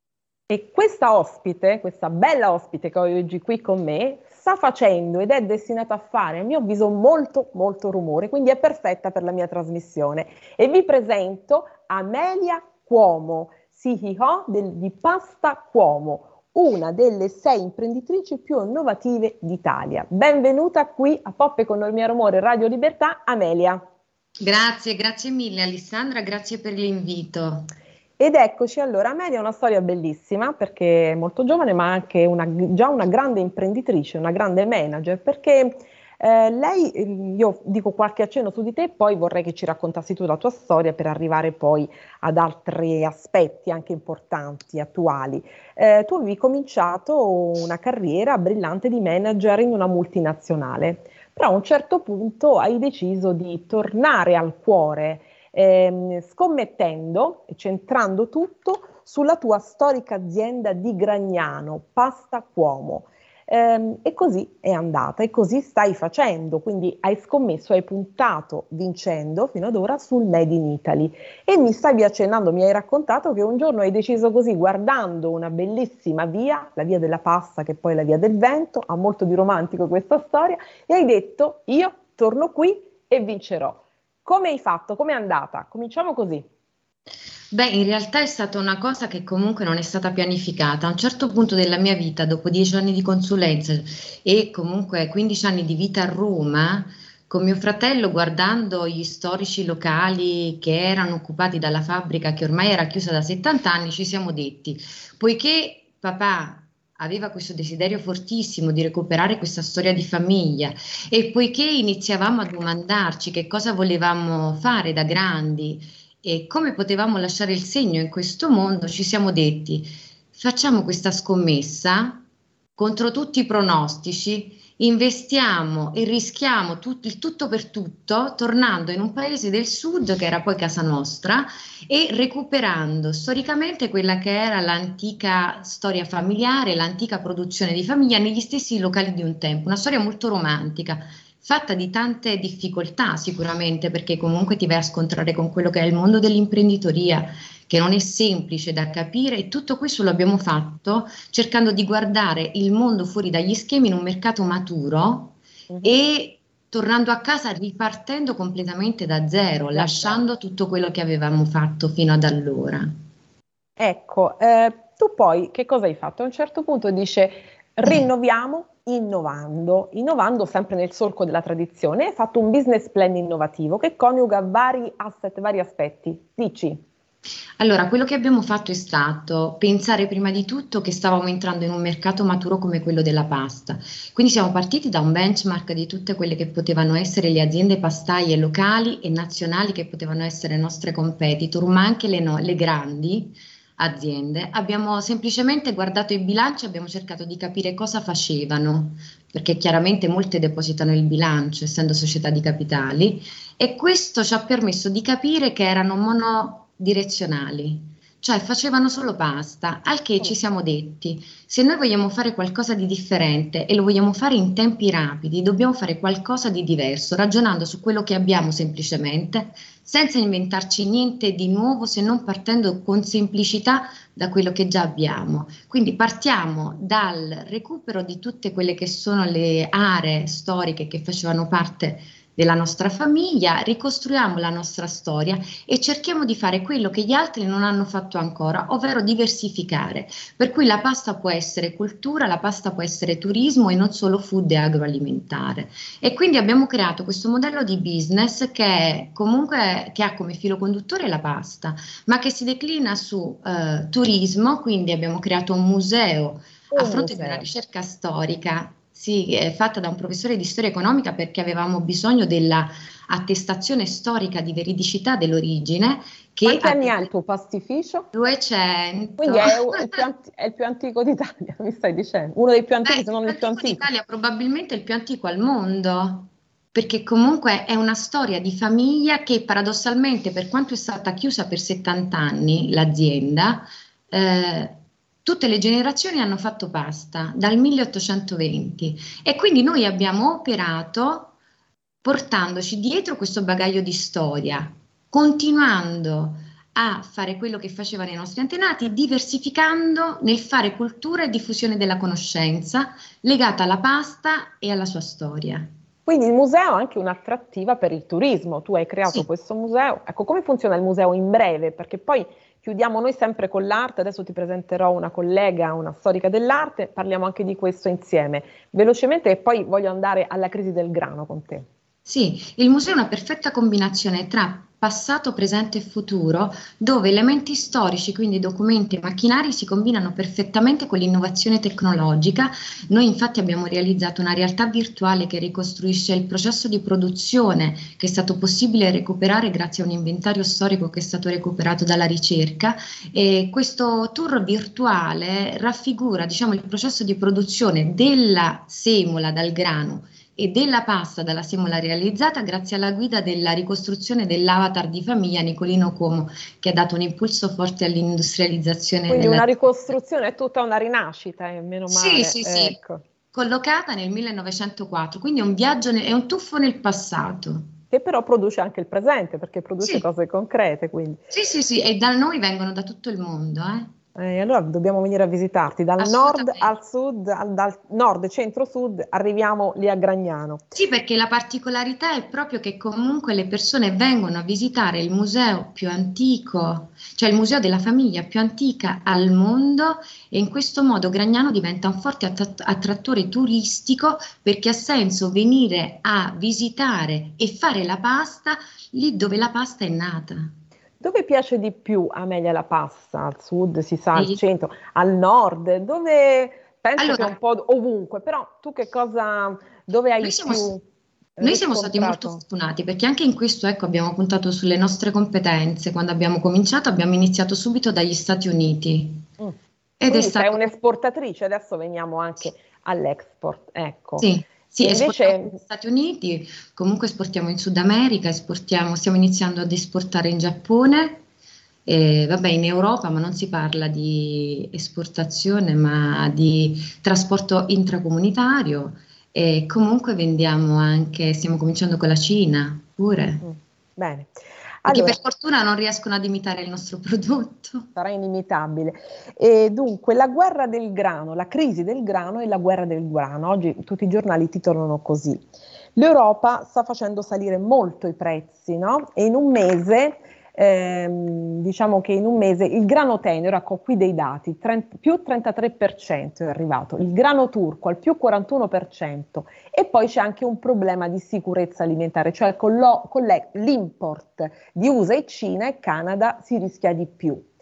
E questa ospite, questa bella ospite che ho oggi qui con me, sta facendo ed è destinata a fare, a mio avviso, molto molto rumore, quindi è perfetta per la mia trasmissione. E vi presento Amelia Cuomo, C E O del, di Pasta Cuomo, una delle sei imprenditrici più innovative d'Italia. Benvenuta qui a Pop Economia Rumore Radio Libertà, Amelia. Grazie, grazie mille Alessandra, grazie per l'invito. Ed eccoci, allora, Amelia è una storia bellissima perché è molto giovane ma anche una, già una grande imprenditrice, una grande manager, perché eh, lei, io dico qualche accenno su di te, poi vorrei che ci raccontassi tu la tua storia per arrivare poi ad altri aspetti anche importanti, attuali. Eh, tu avevi cominciato una carriera brillante di manager in una multinazionale, però a un certo punto hai deciso di tornare al cuore, Ehm, scommettendo e centrando tutto sulla tua storica azienda di Gragnano, Pasta Cuomo. Ehm, e così è andata, e così stai facendo, quindi hai scommesso, hai puntato vincendo fino ad ora sul Made in Italy. E mi stavi accennando, mi hai raccontato che un giorno hai deciso così, guardando una bellissima via, la via della pasta che poi è la via del vento, ha molto di romantico questa storia, e hai detto io torno qui e vincerò. Come hai fatto? Come è andata? Cominciamo così. Beh, in realtà è stata una cosa che comunque non è stata pianificata. A un certo punto della mia vita, dopo dieci anni di consulenza e comunque quindici anni di vita a Roma, con mio fratello, guardando gli storici locali che erano occupati dalla fabbrica che ormai era chiusa da settanta anni, ci siamo detti, poiché papà aveva questo desiderio fortissimo di recuperare questa storia di famiglia e poiché iniziavamo a domandarci che cosa volevamo fare da grandi e come potevamo lasciare il segno in questo mondo, ci siamo detti facciamo questa scommessa contro tutti i pronostici, investiamo e rischiamo tut- il tutto per tutto, tornando in un paese del sud che era poi casa nostra e recuperando storicamente quella che era l'antica storia familiare, l'antica produzione di famiglia negli stessi locali di un tempo, una storia molto romantica, fatta di tante difficoltà sicuramente, perché comunque ti vai a scontrare con quello che è il mondo dell'imprenditoria, che non è semplice da capire, e tutto questo lo abbiamo fatto cercando di guardare il mondo fuori dagli schemi in un mercato maturo uh-huh. e tornando a casa ripartendo completamente da zero, da lasciando zero. Tutto quello che avevamo fatto fino ad allora. Ecco, eh, tu poi che cosa hai fatto? A un certo punto dice rinnoviamo innovando, innovando sempre nel solco della tradizione, hai fatto un business plan innovativo che coniuga vari asset, vari aspetti. Dici? Allora, quello che abbiamo fatto è stato pensare prima di tutto che stavamo entrando in un mercato maturo come quello della pasta, quindi siamo partiti da un benchmark di tutte quelle che potevano essere le aziende pastaie locali e nazionali che potevano essere nostre competitor, ma anche le, no- le grandi, aziende, abbiamo semplicemente guardato i bilanci, abbiamo cercato di capire cosa facevano, perché chiaramente molte depositano il bilancio, essendo società di capitali, e questo ci ha permesso di capire che erano monodirezionali, cioè facevano solo pasta, al che ci siamo detti, se noi vogliamo fare qualcosa di differente e lo vogliamo fare in tempi rapidi, dobbiamo fare qualcosa di diverso, ragionando su quello che abbiamo semplicemente, senza inventarci niente di nuovo, se non partendo con semplicità da quello che già abbiamo. Quindi partiamo dal recupero di tutte quelle che sono le aree storiche che facevano parte della nostra famiglia, ricostruiamo la nostra storia e cerchiamo di fare quello che gli altri non hanno fatto ancora, ovvero diversificare. Per cui la pasta può essere cultura, la pasta può essere turismo e non solo food e agroalimentare. E quindi abbiamo creato questo modello di business che è comunque che ha come filo conduttore la pasta, ma che si declina su eh, turismo, quindi abbiamo creato un museo a Un fronte di una museo. ricerca storica. Sì, è fatta da un professore di storia economica perché avevamo bisogno della attestazione storica di veridicità dell'origine che Quanti anni ha ha il tuo pastificio? duecento. Quindi è il più, anti- è il più antico d'Italia, mi stai dicendo? Uno dei più antichi, Beh, se non il il più più antico antico. d'Italia, probabilmente il più antico al mondo, perché comunque è una storia di famiglia che paradossalmente, per quanto è stata chiusa per settanta anni l'azienda, eh, tutte le generazioni hanno fatto pasta dal milleottocentoventi e quindi noi abbiamo operato portandoci dietro questo bagaglio di storia, continuando a fare quello che facevano i nostri antenati, diversificando nel fare cultura e diffusione della conoscenza legata alla pasta e alla sua storia. Quindi il museo è anche un'attrattiva per il turismo. Tu hai creato Sì. questo museo. Ecco, come funziona il museo in breve? Perché poi chiudiamo noi sempre con l'arte. Adesso ti presenterò una collega, una storica dell'arte. Parliamo anche di questo insieme. Velocemente e poi voglio andare alla crisi del grano con te. Sì, il museo è una perfetta combinazione tra passato, presente e futuro, dove elementi storici, quindi documenti e macchinari, si combinano perfettamente con l'innovazione tecnologica. Noi infatti abbiamo realizzato una realtà virtuale che ricostruisce il processo di produzione che è stato possibile recuperare grazie a un inventario storico che è stato recuperato dalla ricerca, e questo tour virtuale raffigura, diciamo, il processo di produzione della semola dal grano e della pasta dalla semola realizzata grazie alla guida della ricostruzione dell'avatar di famiglia Nicolino Cuomo, che ha dato un impulso forte all'industrializzazione Quindi della... una ricostruzione è tutta una rinascita, eh, meno male. Sì, sì, sì, Ecco. collocata nel millenovecentoquattro, quindi è un viaggio, ne- è un tuffo nel passato. Che però produce anche il presente, perché produce Sì. cose concrete, quindi. Sì, sì, sì, e da noi vengono da tutto il mondo, eh. Eh, allora dobbiamo venire a visitarti dal nord Assolutamente. al sud, al- dal nord, centro-sud, arriviamo lì a Gragnano. Sì, perché la particolarità è proprio che comunque le persone vengono a visitare il museo più antico, cioè il museo della famiglia più antica al mondo, e in questo modo Gragnano diventa un forte att- attrattore turistico, perché ha senso venire a visitare e fare la pasta lì dove la pasta è nata. Dove piace di più Amelia la pasta? Al sud, si sa, al Sì. centro, al nord, dove penso Allora- che è un po' ovunque, però tu che cosa, dove hai Noi siamo, più noi siamo stati molto riscontrato? fortunati perché anche in questo, ecco, abbiamo puntato sulle nostre competenze. Quando abbiamo cominciato abbiamo iniziato subito dagli Stati Uniti Mm. ed è Quindi sei stato... un'esportatrice, adesso veniamo anche all'export, ecco. Sì, sì, E esportiamo invece- negli Stati Uniti, comunque esportiamo in Sud America, esportiamo, stiamo iniziando ad esportare in Giappone, e, vabbè, in Europa, ma non si parla di esportazione, ma di trasporto intracomunitario, e comunque vendiamo anche, stiamo cominciando con la Cina pure, Mm. Bene. perché Allora, per fortuna non riescono ad imitare il nostro prodotto. sarà inimitabile. E dunque, la guerra del grano, la crisi del grano e la guerra del grano. Oggi tutti i giornali titolano così. L'Europa sta facendo salire molto i prezzi, no? E in un mese, ehm, diciamo che in un mese il grano tenero, ecco qui dei dati, trenta più trentatré per cento è arrivato, il grano turco al più quarantuno per cento, e poi c'è anche un problema di sicurezza alimentare, cioè con, lo- con le- l'import di U S A e Cina e Canada si rischia di più.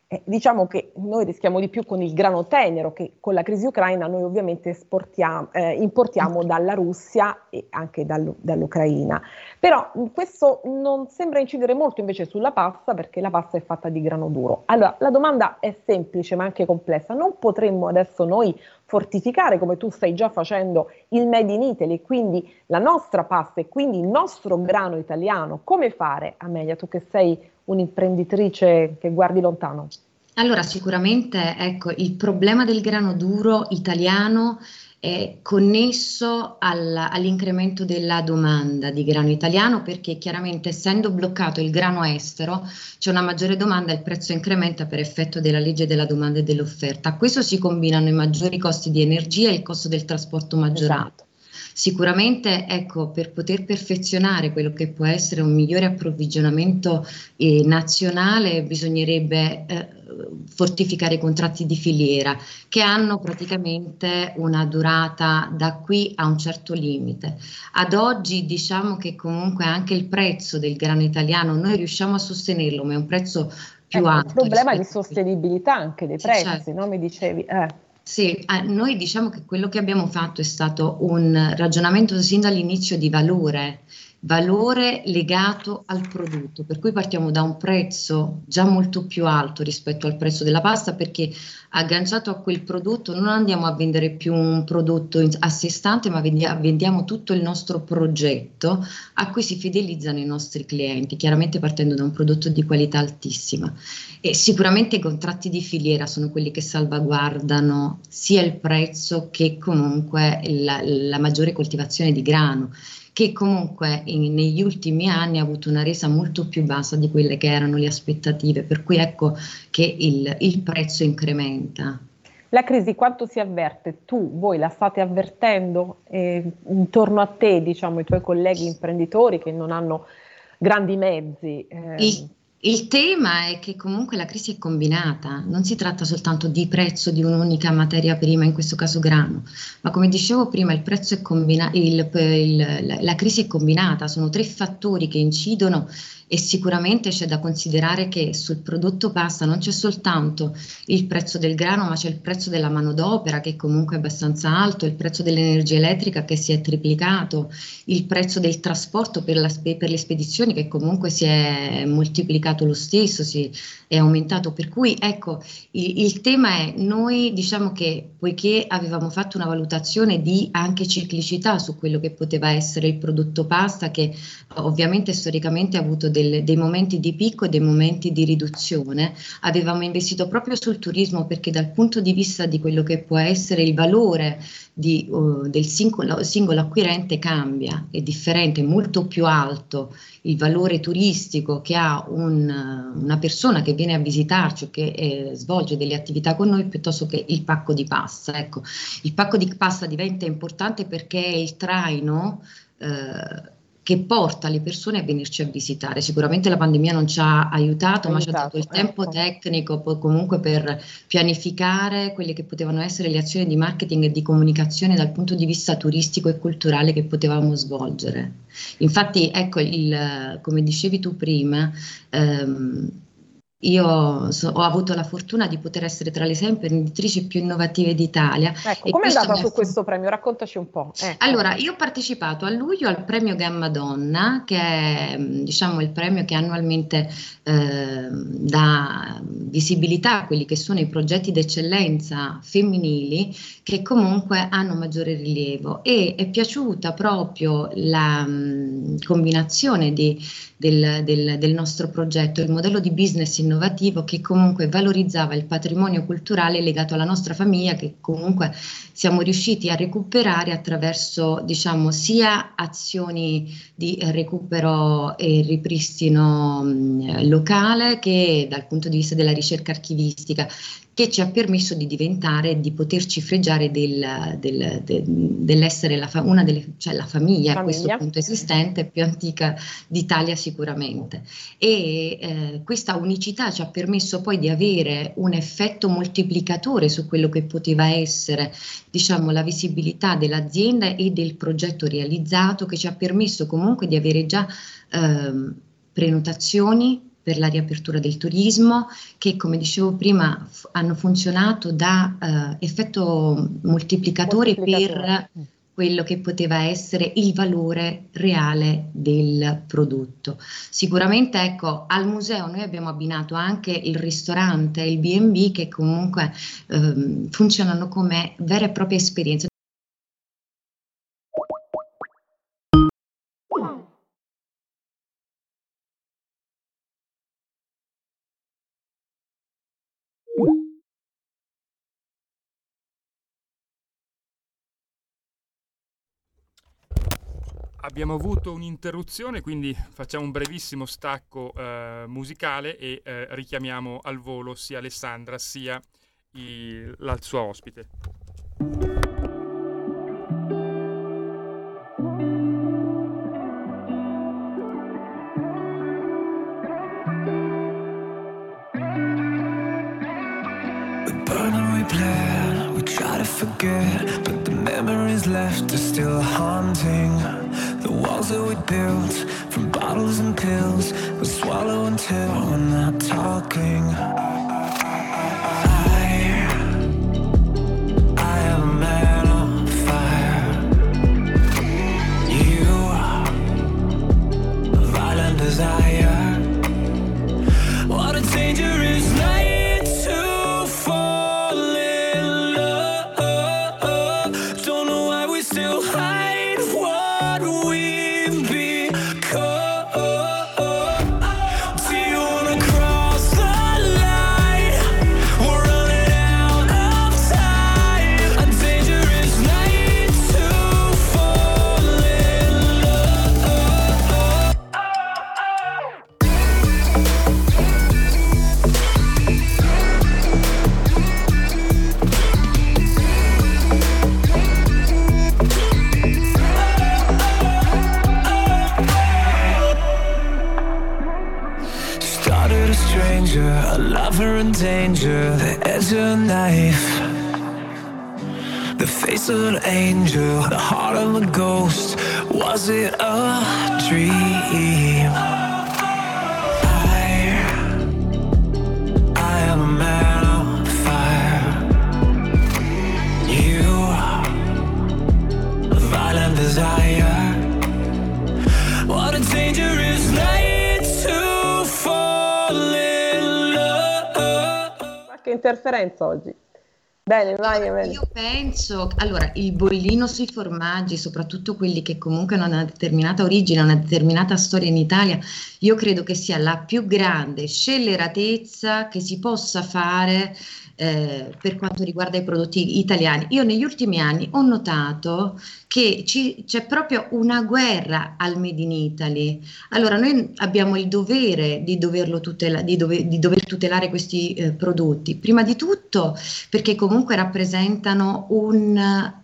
Eh, diciamo che noi rischiamo di più con il grano tenero, che con la crisi ucraina noi ovviamente esportiamo, eh, importiamo dalla Russia e anche dall'U- dall'Ucraina. Però mh, questo non sembra incidere molto invece sulla pasta, perché la pasta è fatta di grano duro. Allora, la domanda è semplice ma anche complessa. Non potremmo adesso noi fortificare, come tu stai già facendo, il Made in Italy, quindi la nostra pasta e quindi il nostro grano italiano? Come fare, Amelia, tu che sei un'imprenditrice che guardi lontano? Allora, sicuramente, ecco, il problema del grano duro italiano è connesso al- all'incremento della domanda di grano italiano, perché chiaramente essendo bloccato il grano estero c'è una maggiore domanda e il prezzo incrementa per effetto della legge della domanda e dell'offerta. A questo si combinano i maggiori costi di energia e il costo del trasporto maggiorato. Esatto. Sicuramente, ecco, per poter perfezionare quello che può essere un migliore approvvigionamento eh, nazionale, bisognerebbe eh, fortificare i contratti di filiera che hanno praticamente una durata da qui a un certo limite. Ad oggi diciamo che comunque anche il prezzo del grano italiano noi riusciamo a sostenerlo, ma è un prezzo più Ecco, un alto problema di rispetto a quello. sostenibilità anche dei Sì, prezzi, certo. no? Mi dicevi, eh. Sì, eh, noi diciamo che quello che abbiamo fatto è stato un ragionamento sin dall'inizio di valore, valore legato al prodotto, per cui partiamo da un prezzo già molto più alto rispetto al prezzo della pasta, perché agganciato a quel prodotto non andiamo a vendere più un prodotto in- a sé stante, ma vendia- vendiamo tutto il nostro progetto a cui si fidelizzano i nostri clienti, chiaramente partendo da un prodotto di qualità altissima. E sicuramente i contratti di filiera sono quelli che salvaguardano sia il prezzo che comunque la, la maggiore coltivazione di grano, che comunque in- negli ultimi anni ha avuto una resa molto più bassa di quelle che erano le aspettative, per cui ecco che il, il prezzo incrementa. La crisi quanto si avverte? Tu, voi la state avvertendo eh, intorno a te, diciamo, i tuoi colleghi imprenditori che non hanno grandi mezzi? eh, Il, il tema è che comunque la crisi è combinata, non si tratta soltanto di prezzo di un'unica materia prima, in questo caso grano, ma come dicevo prima il prezzo è combinato, la, la crisi è combinata, sono tre fattori che incidono e sicuramente c'è da considerare che sul prodotto pasta non c'è soltanto il prezzo del grano, ma c'è il prezzo della manodopera che comunque è abbastanza alto, il prezzo dell'energia elettrica che si è triplicato, il prezzo del trasporto per, la spe- per le spedizioni che comunque si è moltiplicato lo stesso, si è aumentato, per cui ecco il, il tema è noi diciamo che poiché avevamo fatto una valutazione di anche ciclicità su quello che poteva essere il prodotto pasta, che ovviamente storicamente ha avuto del- dei momenti di picco e dei momenti di riduzione, avevamo investito proprio sul turismo perché dal punto di vista di quello che può essere il valore di, uh, del singolo, singolo acquirente cambia, è differente, è molto più alto il valore turistico che ha un, una persona che viene a visitarci o che eh, svolge delle attività con noi piuttosto che il pacco di pasta. Ecco, il pacco di pasta diventa importante perché è il traino eh, che porta le persone a venirci a visitare. Sicuramente la pandemia non ci ha aiutato, ma ci ha dato il tempo ecco. tecnico poi comunque per pianificare quelle che potevano essere le azioni di marketing e di comunicazione dal punto di vista turistico e culturale che potevamo svolgere. Infatti, ecco, il, come dicevi tu prima, ehm, io so- ho avuto la fortuna di poter essere tra le sei imprenditrici più innovative d'Italia. Ecco, E com'è questo andata mi ha su questo premio? Raccontaci un po'. Ecco. allora, io ho partecipato a luglio al premio Gamma Donna, che è mh, diciamo il premio che annualmente eh, dà visibilità a quelli che sono i progetti d'eccellenza femminili che comunque hanno maggiore rilievo, e è piaciuta proprio la mh, combinazione di, del, del, del nostro progetto, il modello di business innovativo che comunque valorizzava il patrimonio culturale legato alla nostra famiglia, che comunque siamo riusciti a recuperare attraverso, diciamo, sia azioni di recupero e ripristino mh, locale che dal punto di vista della ricerca archivistica, che ci ha permesso di diventare e di poterci fregiare del, del, de- dell'essere la fa- una delle, cioè la famiglia, a questo Famiglia. punto esistente, più antica d'Italia sicuramente. E eh, questa unicità ci ha permesso poi di avere un effetto moltiplicatore su quello che poteva essere, diciamo, la visibilità dell'azienda e del progetto realizzato, che ci ha permesso comunque di avere già ehm, prenotazioni per la riapertura del turismo, che come dicevo prima f- hanno funzionato da eh, effetto moltiplicatore, Moltiplicatore. per quello che poteva essere il valore reale del prodotto. Sicuramente, ecco, al museo noi abbiamo abbinato anche il ristorante e il bi e bi, che comunque ehm, funzionano come vera e propria esperienza. Abbiamo avuto un'interruzione, quindi facciamo un brevissimo stacco eh, musicale e eh, richiamiamo al volo sia Alessandra sia i- la sua ospite. Burn and we plan, we try to forget, but the memories left are still haunting. The walls that we built from bottles and pills, we swallow until we're not talking. I, I am a man on fire. You, a violent desire. What a dangerous night to fall in love. Don't know why we still hide what we've become. Do you wanna cross the line? We're running out of time. A dangerous night to fall in love. Started a stranger, a lover in danger, the edge of a knife, the face of an angel, the heart of a ghost. Was it a dream? I, I am a man on fire. You, a violent desire. What a dangerous night to fall in love. Ma che interferenza oggi. Bene, vai, vai. Io penso, allora, il bollino sui formaggi, soprattutto quelli che comunque hanno una determinata origine, una determinata storia in Italia, io credo che sia la più grande scelleratezza che si possa fare eh, per quanto riguarda i prodotti italiani. Io negli ultimi anni ho notato che ci- c'è proprio una guerra al Made in Italy. Allora, noi abbiamo il dovere di doverlo tutela- di dove- di dover tutelare questi eh, prodotti, prima di tutto perché comunque rappresentano un, eh,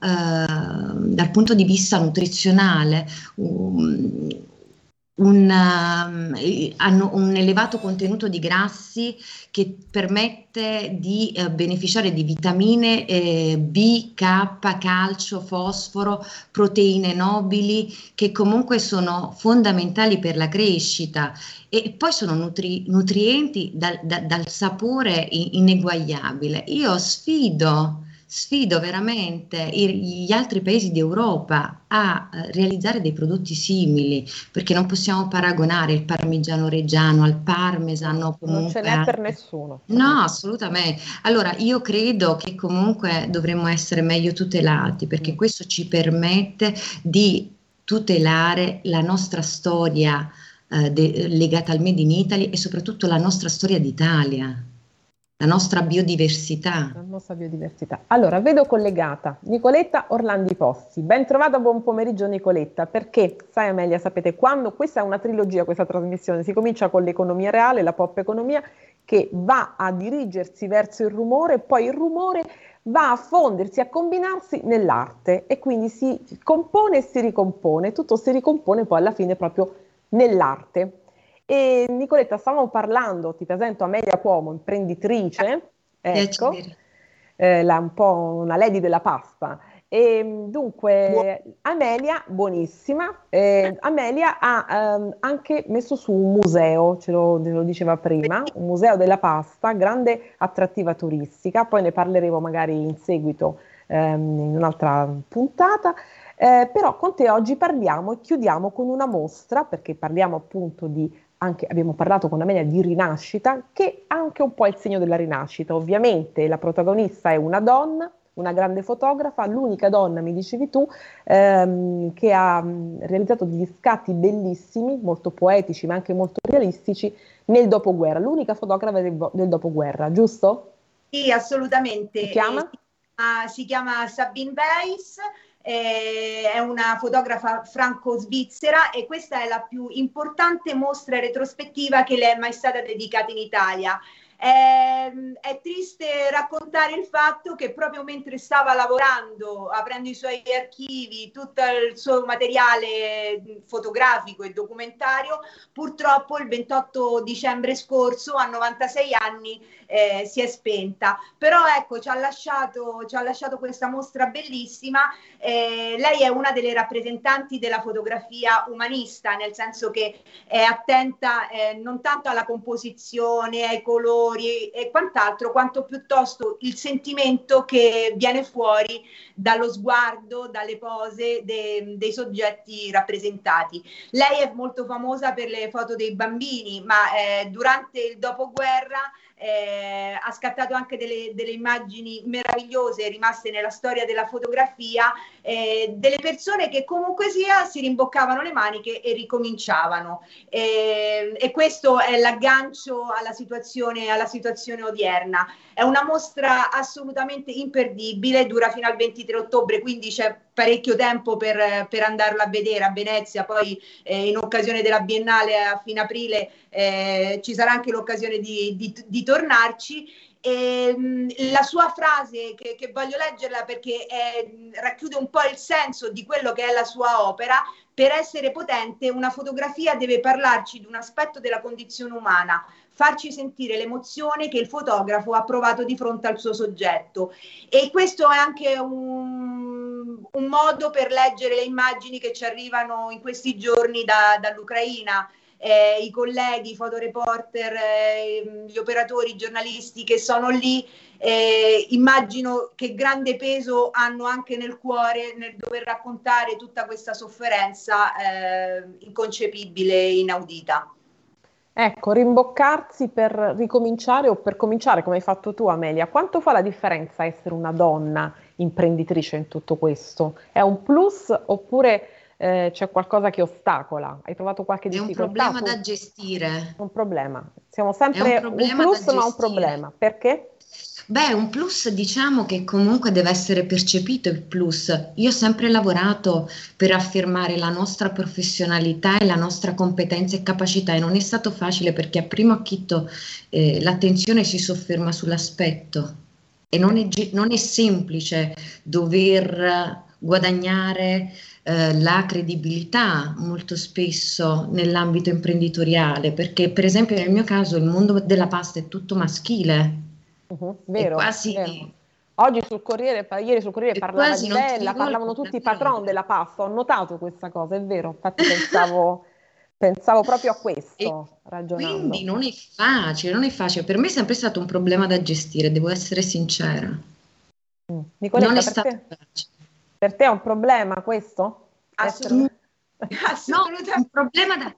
dal punto di vista nutrizionale, un, un, um, eh, hanno un elevato contenuto di grassi che permette di eh, beneficiare di vitamine eh, B, K, calcio, fosforo, proteine nobili che comunque sono fondamentali per la crescita e poi sono nutri- nutrienti dal, da- dal sapore i- ineguagliabile. Io sfido Sfido veramente i- gli altri paesi d'Europa a eh, realizzare dei prodotti simili, perché non possiamo paragonare il parmigiano reggiano al parmesano Non ce comunque n'è per anche- nessuno. No, assolutamente. Allora, io credo che comunque dovremmo essere meglio tutelati, perché questo ci permette di tutelare la nostra storia eh, de- legata al Made in Italy e soprattutto la nostra storia d'Italia, la nostra biodiversità. La nostra biodiversità. Allora, vedo collegata Nicoletta Orlandi Possi. Ben trovata, buon pomeriggio Nicoletta, perché sai Amelia, sapete, quando questa è una trilogia, questa trasmissione, si comincia con l'economia reale, la pop economia, che va a dirigersi verso il rumore, poi il rumore va a fondersi, a combinarsi nell'arte e quindi si compone e si ricompone, tutto si ricompone poi alla fine proprio nell'arte. E Nicoletta, stavamo parlando, ti presento Amelia Cuomo, imprenditrice, ecco, Piacere. eh, la, un po' una lady della pasta. E dunque, Amelia, buonissima, eh, Amelia ha ehm, anche messo su un museo, ce lo, ce lo diceva prima, un museo della pasta, grande attrattiva turistica, poi ne parleremo magari in seguito ehm, in un'altra puntata, eh, però con te oggi parliamo e chiudiamo con una mostra, perché parliamo appunto di, anche, abbiamo parlato con Amelia di rinascita, che ha anche un po' il segno della rinascita, ovviamente la protagonista è una donna, una grande fotografa, l'unica donna, mi dicevi tu, ehm, che ha mh, realizzato degli scatti bellissimi, molto poetici ma anche molto realistici nel dopoguerra, l'unica fotografa del, del dopoguerra, giusto? Sì, assolutamente. Si chiama? Eh, si chiama, si chiama Sabine Weiss, eh, è una fotografa franco-svizzera e questa è la più importante mostra retrospettiva che le è mai stata dedicata in Italia. È, è triste raccontare il fatto che proprio mentre stava lavorando, aprendo i suoi archivi, tutto il suo materiale fotografico e documentario, purtroppo il ventotto dicembre scorso, a novantasei anni, eh, si è spenta. Però ecco, ci ha lasciato, ci ha lasciato questa mostra bellissima. Eh, lei è una delle rappresentanti della fotografia umanista, nel senso che è attenta eh, non tanto alla composizione, ai colori e quant'altro, quanto piuttosto il sentimento che viene fuori dallo sguardo, dalle pose de, dei soggetti rappresentati. Lei è molto famosa per le foto dei bambini, ma eh, durante il dopoguerra eh, ha scattato anche delle, delle immagini meravigliose rimaste nella storia della fotografia, eh, delle persone che comunque sia si rimboccavano le maniche e ricominciavano. Eh, e questo è l'aggancio alla situazione, alla situazione odierna. È una mostra assolutamente imperdibile, dura fino al ventitré ottobre, quindi c'è parecchio tempo per, per andarla a vedere a Venezia, poi eh, in occasione della Biennale a fine aprile eh, ci sarà anche l'occasione di, di, di tornarci. E, mh, la sua frase che, che voglio leggerla perché è, racchiude un po' il senso di quello che è la sua opera: per essere potente una fotografia deve parlarci di un aspetto della condizione umana, farci sentire l'emozione che il fotografo ha provato di fronte al suo soggetto. E questo è anche un, un modo per leggere le immagini che ci arrivano in questi giorni da, dall'Ucraina. Eh, i colleghi, i fotoreporter, eh, gli operatori, i giornalisti che sono lì, eh, immagino che grande peso hanno anche nel cuore nel dover raccontare tutta questa sofferenza eh, inconcepibile e inaudita. Ecco, rimboccarsi per ricominciare o per cominciare come hai fatto tu, Amelia. Quanto fa la differenza essere una donna imprenditrice in tutto questo? È un plus oppure eh, c'è qualcosa che ostacola? Hai trovato qualche È un difficoltà? problema tu? da gestire. Un problema. Siamo sempre È un un, problema plus da ma un gestire. problema. Perché? Beh, un plus diciamo che comunque deve essere percepito il plus. Io ho sempre lavorato per affermare la nostra professionalità e la nostra competenza e capacità e non è stato facile perché a primo acchito eh, l'attenzione si sofferma sull'aspetto e non è, ge- non è semplice dover guadagnare eh, la credibilità molto spesso nell'ambito imprenditoriale, perché per esempio nel mio caso il mondo della pasta è tutto maschile. Uh-huh, vero, quasi, vero. Oggi sul Corriere, ieri sul Corriere parlava di non ti Bella, rivolgi parlavano tutti i davvero. patron della pasta, ho notato questa cosa, è vero, infatti pensavo, pensavo proprio a questo, ragionando. Quindi non è facile, non è facile. Per me è sempre stato un problema da gestire, devo essere sincera. Mm. Nicoletta, non è per stato te, facile. per te è un problema questo? Assolutamente. No, un problema da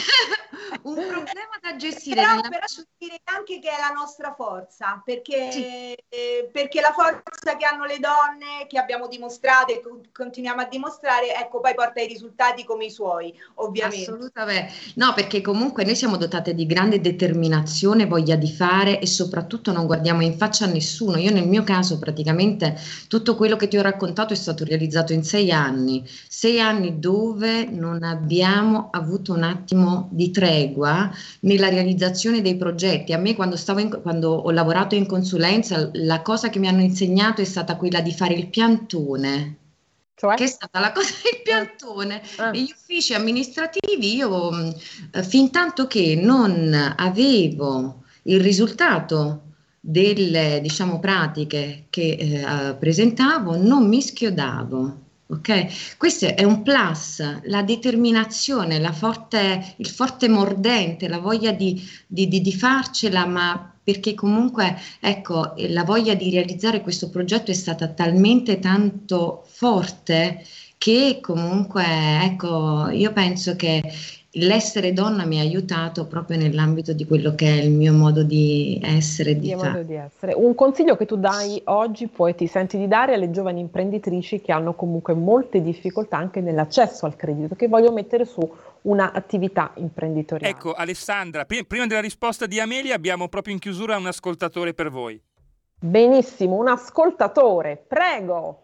un problema da gestire. Però, nella... però dire anche che è la nostra forza, perché, Sì. eh, perché la forza che hanno le donne, che abbiamo dimostrato e co- continuiamo a dimostrare, ecco, poi porta ai risultati come i suoi, ovviamente. Assolutamente. No, perché comunque noi siamo dotate di grande determinazione, voglia di fare e soprattutto non guardiamo in faccia a nessuno. Io nel mio caso praticamente tutto quello che ti ho raccontato è stato realizzato in sei anni, sei anni dove non abbiamo avuto un attimo di tregua nella realizzazione dei progetti. A me quando stavo in, quando ho lavorato in consulenza, la cosa che mi hanno insegnato è stata quella di fare il piantone. Cioè? Che è stata la cosa del piantone. Ah. Negli uffici amministrativi io mh, fin tanto che non avevo il risultato delle, diciamo, pratiche che eh, presentavo, non mi schiodavo. Ok, questo è un plus, la determinazione, la forte, il forte mordente, la voglia di, di, di, di farcela, ma perché comunque, ecco, la voglia di realizzare questo progetto è stata talmente tanto forte che comunque, ecco, io penso che l'essere donna mi ha aiutato proprio nell'ambito di quello che è il mio modo di essere e di Mio modo fare. di essere. Un consiglio che tu dai oggi, poi ti senti di dare alle giovani imprenditrici che hanno comunque molte difficoltà anche nell'accesso al credito, che vogliono mettere su un'attività imprenditoriale. Ecco, Alessandra, pri- prima della risposta di Amelia abbiamo proprio in chiusura un ascoltatore per voi. Benissimo, un ascoltatore, prego.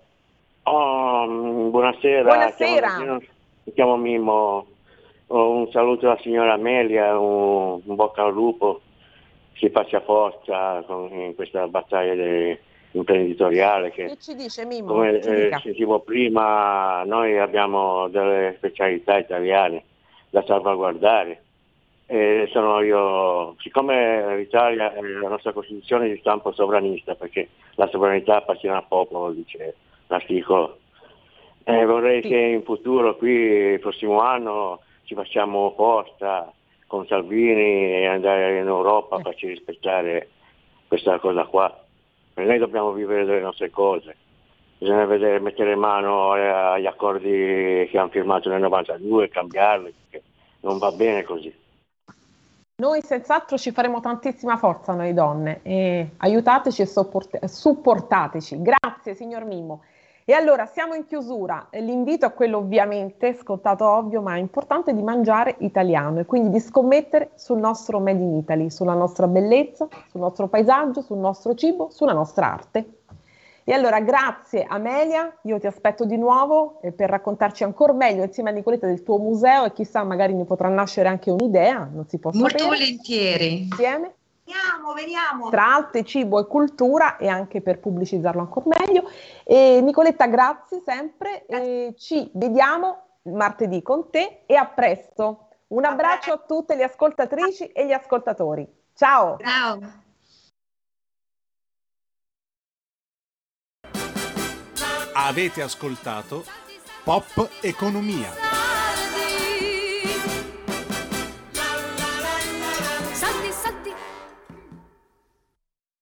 Oh, mm, buonasera. Buonasera. Chiamo, mi chiamo Mimmo. Oh, un saluto alla signora Amelia, un, un bocca al lupo, si faccia forza con, in questa battaglia de- imprenditoriale che, Che ci dice Mimmo? come Ci eh, dica. sentivo prima, noi abbiamo delle specialità italiane da salvaguardare. E sono io, siccome l'Italia, eh, la nostra Costituzione è di stampo sovranista, perché la sovranità appartiene al popolo, dice l'articolo. Eh, vorrei che in futuro, qui il prossimo anno, ci facciamo forza con Salvini e andare in Europa a farci rispettare questa cosa qua. Per noi dobbiamo vivere delle nostre cose. Bisogna vedere, mettere mano eh, agli accordi che hanno firmato nel novantadue e cambiarli, perché non va bene così. Noi senz'altro ci faremo tantissima forza, noi donne, e aiutateci e sopport- supportateci. Grazie, signor Mimmo. E allora siamo in chiusura. L'invito è quello, ovviamente, scontato ovvio, ma è importante, di mangiare italiano e quindi di scommettere sul nostro Made in Italy, sulla nostra bellezza, sul nostro paesaggio, sul nostro cibo, sulla nostra arte. E allora grazie Amelia, io ti aspetto di nuovo eh, per raccontarci ancora meglio insieme a Nicoletta del tuo museo, e chissà, magari ne potrà nascere anche un'idea, non si può Molto sapere. volentieri. Insieme. Veniamo, veniamo. Tra arte, cibo e cultura, e anche per pubblicizzarlo ancora meglio. E Nicoletta, grazie sempre, e ci vediamo martedì con te, e a presto. Un abbraccio a tutte le ascoltatrici e gli ascoltatori. Ciao! Ciao! Avete ascoltato Pop Economia.